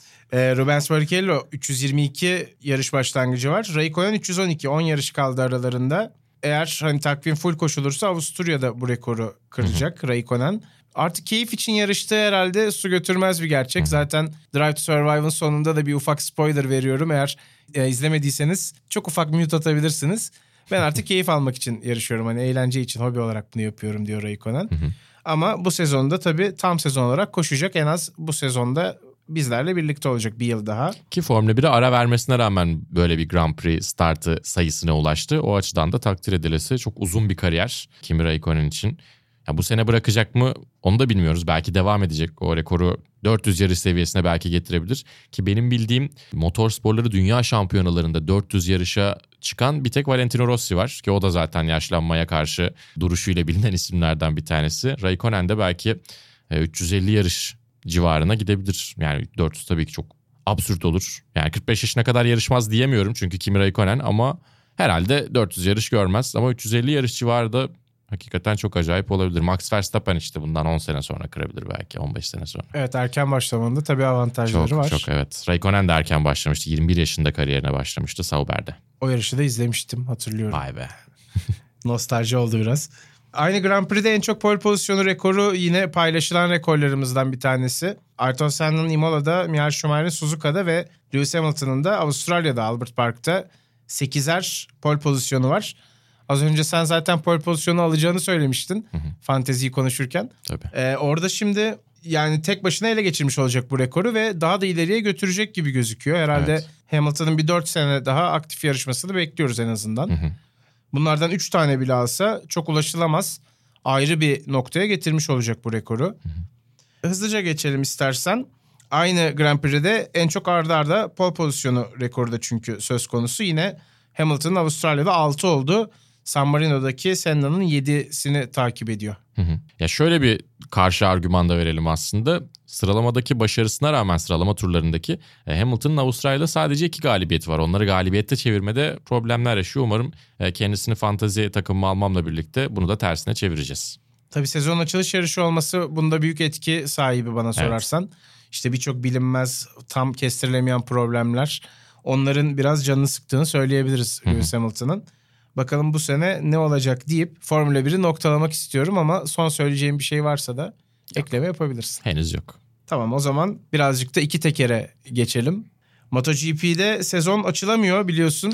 [SPEAKER 2] e, Rubens Barrichello üç yüz yirmi iki yarış başlangıcı var. Raikkonen üç yüz on iki, on yarış kaldı aralarında. Eğer hani takvim full koşulursa Avusturya'da bu rekoru kıracak Raikkonen. Artık keyif için yarıştığı herhalde su götürmez bir gerçek. Zaten Drive to Survive'ın sonunda da bir ufak spoiler veriyorum. Eğer e, izlemediyseniz çok ufak mute atabilirsiniz. Ben artık keyif almak için yarışıyorum. Hani eğlence için, hobi olarak bunu yapıyorum diyor Raikkonen. Ama bu sezonda tabii tam sezon olarak koşacak. En az bu sezonda bizlerle birlikte olacak bir yıl daha.
[SPEAKER 3] Ki Formula bire ara vermesine rağmen böyle bir Grand Prix startı sayısına ulaştı. O açıdan da takdir edilesi çok uzun bir kariyer Kimi Raikkonen için. Ya bu sene bırakacak mı onu da bilmiyoruz. Belki devam edecek. O rekoru dört yüz yarış seviyesine belki getirebilir. Ki benim bildiğim motor sporları dünya şampiyonalarında dört yüz yarışa çıkan bir tek Valentino Rossi var. Ki o da zaten yaşlanmaya karşı duruşuyla bilinen isimlerden bir tanesi. Raikkonen de belki üç yüz elli yarış civarına gidebilir. Yani dört yüz tabii ki çok absürt olur. Yani kırk beş yaşına kadar yarışmaz diyemiyorum çünkü Kimi Raikkonen ama herhalde dört yüz yarış görmez. Ama üç yüz elli yarış civarı da hakikaten çok acayip olabilir. Max Verstappen işte bundan on sene sonra kırabilir belki, on beş sene sonra.
[SPEAKER 2] Evet, erken başlamanın da tabii avantajları
[SPEAKER 3] çok,
[SPEAKER 2] var.
[SPEAKER 3] Çok çok evet. Raikkonen de erken başlamıştı. yirmi bir yaşında kariyerine başlamıştı Sauber'de.
[SPEAKER 2] O yarışı da izlemiştim, hatırlıyorum.
[SPEAKER 3] Vay be.
[SPEAKER 2] Nostalji oldu biraz. Aynı Grand Prix'de en çok pole pozisyonu rekoru yine paylaşılan rekorlarımızdan bir tanesi. Ayrton Senna'nın Imola'da, Michael Schumacher'in Suzuka'da ve Lewis Hamilton'ın da Avustralya'da Albert Park'ta sekizer pole pozisyonu var. Az önce sen zaten pole pozisyonu alacağını söylemiştin. Hı hı. Fanteziyi konuşurken.
[SPEAKER 3] Tabii.
[SPEAKER 2] Ee, orada şimdi yani tek başına ele geçirmiş olacak bu rekoru ve daha da ileriye götürecek gibi gözüküyor. Herhalde evet. Hamilton'ın bir dört sene daha aktif yarışmasını bekliyoruz en azından. Hı hı. Bunlardan üç tane bile alsa çok ulaşılamaz. Ayrı bir noktaya getirmiş olacak bu rekoru. Hı hı. Hızlıca geçelim istersen. Aynı Grand Prix'de en çok arda arda pole pozisyonu rekoru da çünkü söz konusu. Yine Hamilton'ın Avustralya'da altı oldu. San Marino'daki Senna'nın yedisini takip ediyor.
[SPEAKER 3] Hı hı. Ya şöyle bir karşı argüman da verelim aslında. Sıralamadaki başarısına rağmen sıralama turlarındaki Hamilton'ın Avustralya'da sadece iki galibiyeti var. Onları galibiyette çevirmede problemler yaşıyor. Umarım kendisini fantazi takımıma almamla birlikte bunu da tersine çevireceğiz.
[SPEAKER 2] Tabii sezon açılış yarışı olması bunda büyük etki sahibi bana sorarsan. Evet. İşte birçok bilinmez, tam kestirilemeyen problemler. Onların biraz canını sıktığını söyleyebiliriz Lewis Hamilton'ın. Bakalım bu sene ne olacak deyip Formula biri noktalamak istiyorum ama son söyleyeceğim bir şey varsa da yok. Ekleme yapabilirsin.
[SPEAKER 3] Henüz yok.
[SPEAKER 2] Tamam, o zaman birazcık da iki tekere geçelim. MotoGP'de sezon açılamıyor biliyorsun.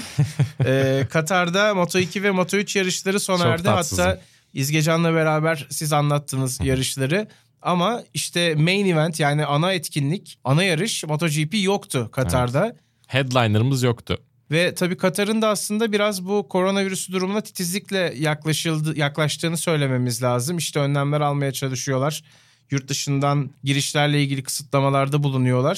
[SPEAKER 2] ee, Katar'da Moto iki ve Moto üç yarışları sona erdi. Hatta İzgecan'la beraber siz anlattınız yarışları. Ama işte main event yani ana etkinlik, ana yarış MotoGP yoktu Katar'da.
[SPEAKER 3] Evet. Headliner'ımız yoktu.
[SPEAKER 2] Ve tabii Katar'ın da aslında biraz bu koronavirüsü durumuna titizlikle yaklaşıldı, yaklaştığını söylememiz lazım. İşte önlemler almaya çalışıyorlar. Yurt dışından girişlerle ilgili kısıtlamalarda bulunuyorlar.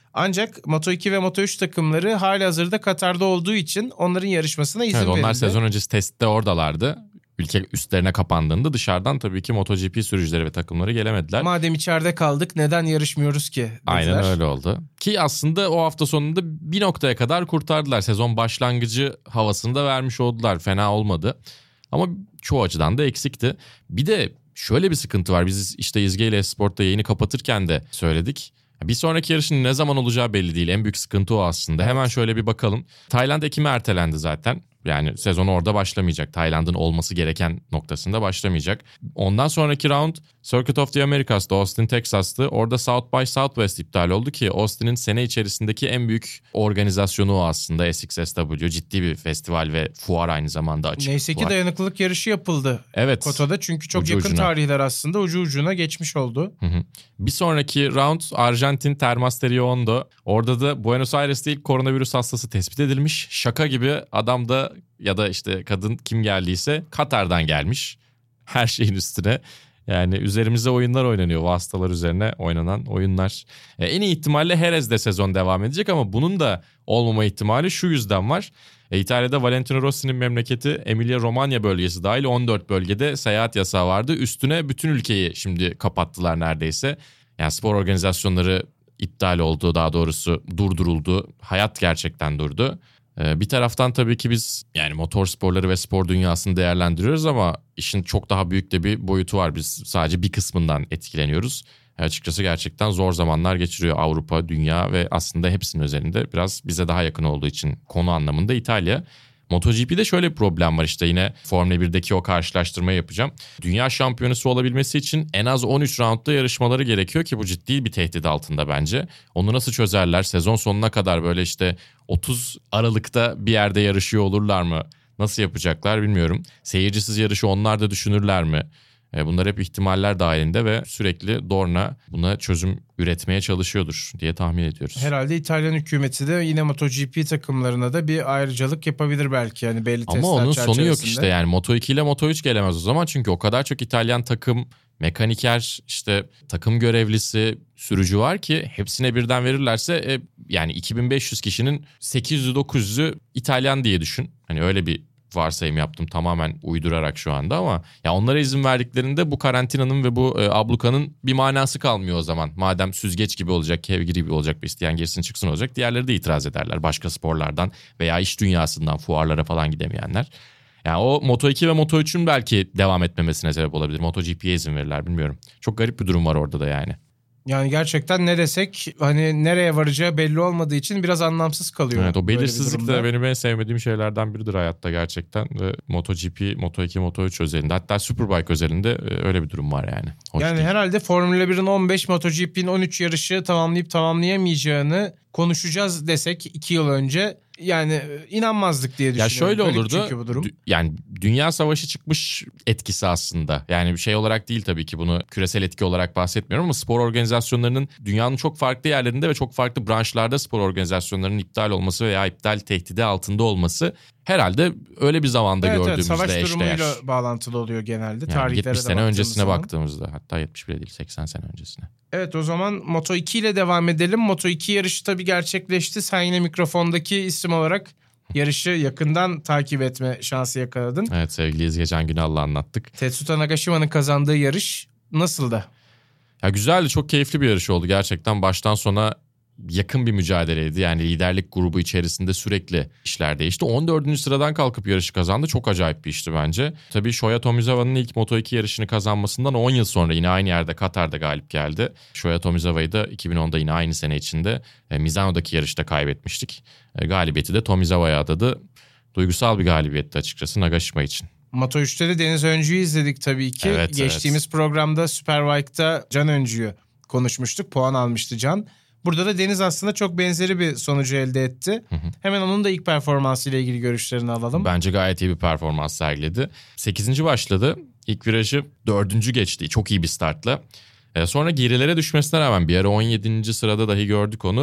[SPEAKER 2] Ancak Moto iki ve Moto üç takımları halihazırda Katar'da olduğu için onların yarışmasına izin
[SPEAKER 3] Evet,
[SPEAKER 2] verildi.
[SPEAKER 3] onlar sezon öncesi testte oradalardı. Ülke üstlerine kapandığında dışarıdan tabii ki MotoGP sürücüleri ve takımları gelemediler.
[SPEAKER 2] Madem içeride kaldık neden yarışmıyoruz ki dediler.
[SPEAKER 3] Aynen öyle oldu. Ki aslında o hafta sonunda bir noktaya kadar kurtardılar. Sezon başlangıcı havasını da vermiş oldular. Fena olmadı. Ama çoğu açıdan da eksikti. Bir de şöyle bir sıkıntı var. Biz işte İzge ile Esport'ta yayını kapatırken de söyledik. Bir sonraki yarışın ne zaman olacağı belli değil. En büyük sıkıntı o aslında. Evet. Hemen şöyle bir bakalım. Tayland Ekim'e ertelendi zaten. Yani sezon orada başlamayacak. Tayland'ın olması gereken noktasında başlamayacak. Ondan sonraki round Circuit of the Americas'ta, Austin, Texas'tı. Orada South by Southwest iptal oldu ki Austin'in sene içerisindeki en büyük organizasyonu o aslında. S X S W ciddi bir festival ve fuar aynı zamanda açık.
[SPEAKER 2] Neyse ki
[SPEAKER 3] fuar.
[SPEAKER 2] dayanıklılık yarışı yapıldı.
[SPEAKER 3] Evet.
[SPEAKER 2] Koto'da çünkü çok
[SPEAKER 3] ucu
[SPEAKER 2] yakın
[SPEAKER 3] ucuna.
[SPEAKER 2] tarihler aslında ucu ucuna geçmiş oldu.
[SPEAKER 3] Hı hı. Bir sonraki round Arjantin Termas Hondo. Orada da Buenos Aires'te ilk koronavirüs hastası tespit edilmiş. Şaka gibi adam da ya da işte kadın kim geldiyse Katar'dan gelmiş. Her şeyin üstüne. Yani üzerimize oyunlar oynanıyor. Bu hastalar üzerine oynanan oyunlar. Ee, en iyi ihtimalle Jerez'de sezon devam edecek ama bunun da olmama ihtimali şu yüzden var. E, İtalya'da Valentino Rossi'nin memleketi Emilia-Romagna bölgesi dahil on dört bölgede seyahat yasağı vardı. Üstüne bütün ülkeyi şimdi kapattılar neredeyse. Yani spor organizasyonları iptal oldu, daha doğrusu durduruldu. Hayat gerçekten durdu. Bir taraftan tabii ki biz yani motor sporları ve spor dünyasını değerlendiriyoruz ama işin çok daha büyük de bir boyutu var. Biz sadece bir kısmından etkileniyoruz. Açıkçası gerçekten zor zamanlar geçiriyor Avrupa, dünya ve aslında hepsinin üzerinde biraz bize daha yakın olduğu için konu anlamında İtalya. MotoGP'de şöyle bir problem var, işte yine Formula birdeki o karşılaştırmayı yapacağım. Dünya şampiyonası olabilmesi için en az on üç roundda yarışmaları gerekiyor ki bu ciddi bir tehdit altında bence. Onu nasıl çözerler? Sezon sonuna kadar böyle işte otuz Aralık'ta bir yerde yarışıyor olurlar mı? Nasıl yapacaklar bilmiyorum. Seyircisiz yarışı onlar da düşünürler mi? Bunlar hep ihtimaller dahilinde ve sürekli Dorna buna çözüm üretmeye çalışıyordur diye tahmin ediyoruz.
[SPEAKER 2] Herhalde İtalyan hükümeti de yine MotoGP takımlarına da bir ayrıcalık yapabilir belki. Yani belli testler
[SPEAKER 3] çerçevesinde. Ama onun
[SPEAKER 2] çerçevesinde.
[SPEAKER 3] sonu yok işte, yani Moto iki ile Moto üç gelemez o zaman. Çünkü o kadar çok İtalyan takım, mekaniker, işte takım görevlisi, sürücü var ki hepsine birden verirlerse e, yani iki bin beş yüz kişinin sekiz yüzü dokuz yüzü İtalyan diye düşün. Hani öyle bir varsayım yaptım tamamen uydurarak şu anda ama ya onlara izin verdiklerinde bu karantinanın ve bu e, ablukanın bir manası kalmıyor o zaman. Madem süzgeç gibi olacak, kevgir gibi olacak, bir isteyen girsin çıksın olacak, diğerleri de itiraz ederler. Başka sporlardan veya iş dünyasından fuarlara falan gidemeyenler. Yani o Moto iki ve Moto üçün belki devam etmemesine sebep olabilir. MotoGP'ye izin verirler, bilmiyorum. Çok garip bir durum var orada da yani.
[SPEAKER 2] Yani gerçekten ne desek hani nereye varacağı belli olmadığı için biraz anlamsız kalıyor.
[SPEAKER 3] Evet, o belirsizlik de benim en sevmediğim şeylerden biridir hayatta gerçekten. Ve MotoGP, Moto iki, Moto üç özelinde, hatta Superbike özelinde öyle bir durum var yani. Hoş
[SPEAKER 2] yani
[SPEAKER 3] değil.
[SPEAKER 2] Herhalde Formula birin on beş, MotoGP'nin on üç yarışı tamamlayıp tamamlayamayacağını konuşacağız desek iki yıl önce yani inanmazdık diye düşünüyorum.
[SPEAKER 3] Ya şöyle
[SPEAKER 2] Garip
[SPEAKER 3] olurdu.
[SPEAKER 2] çünkü bu durum.
[SPEAKER 3] D- yani dünya savaşı çıkmış etkisi aslında. Yani bir şey olarak değil tabii ki, bunu küresel etki olarak bahsetmiyorum ama spor organizasyonlarının dünyanın çok farklı yerlerinde ve çok farklı branşlarda spor organizasyonlarının iptal olması veya iptal tehdidi altında olması herhalde öyle bir zamanda
[SPEAKER 2] evet,
[SPEAKER 3] gördüğümüzde
[SPEAKER 2] evet, savaş
[SPEAKER 3] eşdeğer.
[SPEAKER 2] durumuyla bağlantılı oluyor genelde.
[SPEAKER 3] Yani
[SPEAKER 2] Tarihlere
[SPEAKER 3] yetmiş
[SPEAKER 2] de
[SPEAKER 3] sene öncesine
[SPEAKER 2] zaman.
[SPEAKER 3] baktığımızda, hatta yetmiş bile değil, seksen sene öncesine.
[SPEAKER 2] Evet, o zaman Moto iki ile devam edelim. Moto iki yarışı tabii gerçekleşti. Sen yine mikrofondaki isim olarak yarışı yakından takip etme şansı yakaladın.
[SPEAKER 3] Evet, sevgili geçen Günal'la anlattık.
[SPEAKER 2] Tetsuta Nagashima'nın kazandığı yarış nasıldı?
[SPEAKER 3] Ya güzeldi, çok keyifli bir yarış oldu. Gerçekten baştan sona yakın bir mücadeleydi. Yani liderlik grubu içerisinde sürekli işler değişti. on dördüncü sıradan kalkıp yarışı kazandı. Çok acayip bir işti bence. Tabii Shoya Tomizawa'nın ilk Moto iki yarışını kazanmasından on yıl sonra yine aynı yerde Katar'da galip geldi. Shoya Tomizawa'yı da iki bin onda yine aynı sene içinde e, Misano'daki yarışta kaybetmiştik. E, galibiyeti de Tomizawa'ya adadı. Duygusal bir galibiyetti açıkçası Nagashima için.
[SPEAKER 2] Moto üçte de Deniz Öncü'yü izledik tabii ki.
[SPEAKER 3] Evet,
[SPEAKER 2] Geçtiğimiz
[SPEAKER 3] evet.
[SPEAKER 2] programda Superbike'da Can Öncü'yü konuşmuştuk. Puan almıştı Can. Burada da Deniz aslında çok benzeri bir sonucu elde etti. Hı hı. Hemen onun da ilk performansıyla ilgili görüşlerini alalım.
[SPEAKER 3] Bence gayet iyi bir performans sergiledi. sekizinci başladı. İlk virajı dördüncü geçti. Çok iyi bir startla. Sonra gerilere düşmesine rağmen bir ara on yedinci sırada dahi gördük onu.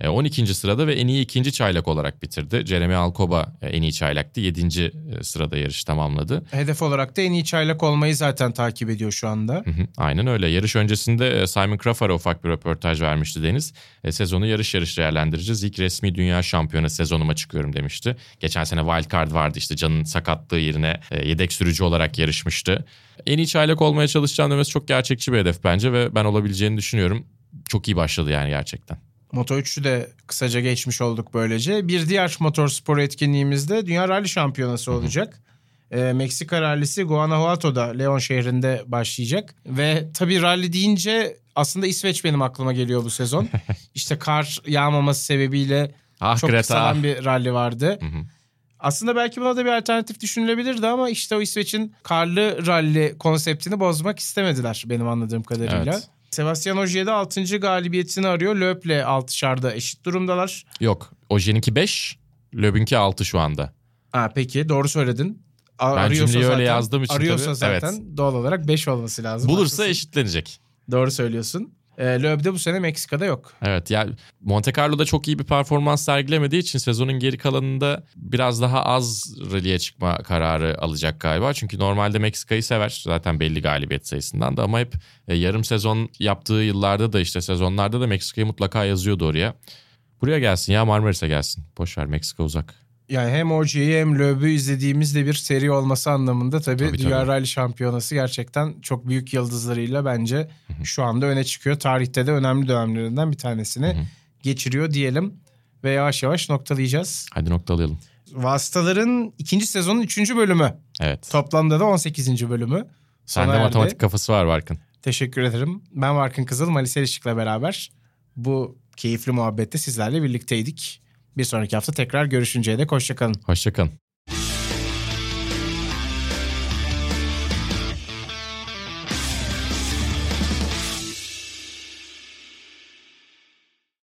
[SPEAKER 3] on ikinci sırada ve en iyi ikinci çaylak olarak bitirdi. Jeremy Alcoba en iyi çaylaktı. yedinci sırada yarışı tamamladı.
[SPEAKER 2] Hedef olarak da en iyi çaylak olmayı zaten takip ediyor şu anda.
[SPEAKER 3] Hı hı, aynen öyle. Yarış öncesinde Simon Crawford'a ufak bir röportaj vermişti Deniz. E, sezonu yarış yarış değerlendireceğiz. İlk resmi dünya şampiyonu sezonuma çıkıyorum demişti. Geçen sene wildcard vardı, işte Can'ın sakatlığı yerine e, yedek sürücü olarak yarışmıştı. En iyi çaylak olmaya çalışacağım demesi çok gerçekçi bir hedef bence ve ben olabileceğini düşünüyorum. Çok iyi başladı yani gerçekten.
[SPEAKER 2] Moto üçü de kısaca geçmiş olduk böylece. Bir diğer motorspor etkinliğimizde Dünya Rally Şampiyonası olacak. E, Meksika rallisi Guanajuato'da, Leon şehrinde başlayacak. Ve tabii rally deyince aslında İsveç benim aklıma geliyor bu sezon. İşte kar yağmaması sebebiyle
[SPEAKER 3] ah,
[SPEAKER 2] çok
[SPEAKER 3] Greta.
[SPEAKER 2] kısalan bir rally vardı.
[SPEAKER 3] Hı hı.
[SPEAKER 2] Aslında belki buna da bir alternatif düşünülebilirdi ama işte o İsveç'in karlı rally konseptini bozmak istemediler benim anladığım kadarıyla.
[SPEAKER 3] Evet.
[SPEAKER 2] Sebastian Ogier de altıncı galibiyetini arıyor. Loeb'le altışarda eşit durumdalar.
[SPEAKER 3] Yok. Oje'ninki beş, Loeb'inki altı şu anda.
[SPEAKER 2] Ha, peki doğru söyledin. A-
[SPEAKER 3] Ben
[SPEAKER 2] arıyorsa
[SPEAKER 3] cümleyi öyle
[SPEAKER 2] zaten,
[SPEAKER 3] yazdığım için
[SPEAKER 2] arıyorsa
[SPEAKER 3] tabii.
[SPEAKER 2] zaten
[SPEAKER 3] Evet.
[SPEAKER 2] doğal olarak beş olması lazım.
[SPEAKER 3] Bulursa
[SPEAKER 2] Haklısın.
[SPEAKER 3] eşitlenecek.
[SPEAKER 2] Doğru söylüyorsun. E, Loeb de bu sene Meksika'da yok.
[SPEAKER 3] Evet, ya Monte Carlo'da çok iyi bir performans sergilemediği için sezonun geri kalanında biraz daha az rally'e çıkma kararı alacak galiba. Çünkü normalde Meksika'yı sever zaten belli galibiyet sayısından da, ama hep e, yarım sezon yaptığı yıllarda da işte sezonlarda da Meksika'yı mutlaka yazıyordu oraya. Buraya gelsin ya, Marmaris'e gelsin. Boşver, Meksika uzak.
[SPEAKER 2] Yani hem Ogier'i hem Loeb'ü izlediğimizde bir seri olması anlamında tabii,
[SPEAKER 3] Tabii,
[SPEAKER 2] Dünya
[SPEAKER 3] tabii.
[SPEAKER 2] Rally Şampiyonası gerçekten çok büyük yıldızlarıyla bence şu anda öne çıkıyor. Tarihte de önemli dönemlerinden bir tanesini
[SPEAKER 3] Hı hı.
[SPEAKER 2] geçiriyor diyelim ve yavaş yavaş noktalayacağız.
[SPEAKER 3] Hadi noktalayalım.
[SPEAKER 2] Vasıtaların ikinci sezonun üçüncü bölümü.
[SPEAKER 3] Evet.
[SPEAKER 2] Toplamda da on sekizinci bölümü.
[SPEAKER 3] Sende
[SPEAKER 2] sona erdi.
[SPEAKER 3] matematik kafası var Barkın.
[SPEAKER 2] Teşekkür ederim. Ben Barkın Kızıl, Malis Erişik'le beraber bu keyifli muhabbette sizlerle birlikteydik. Bir sonraki hafta tekrar görüşünceye dek hoşça kalın.
[SPEAKER 3] Hoşça kalın.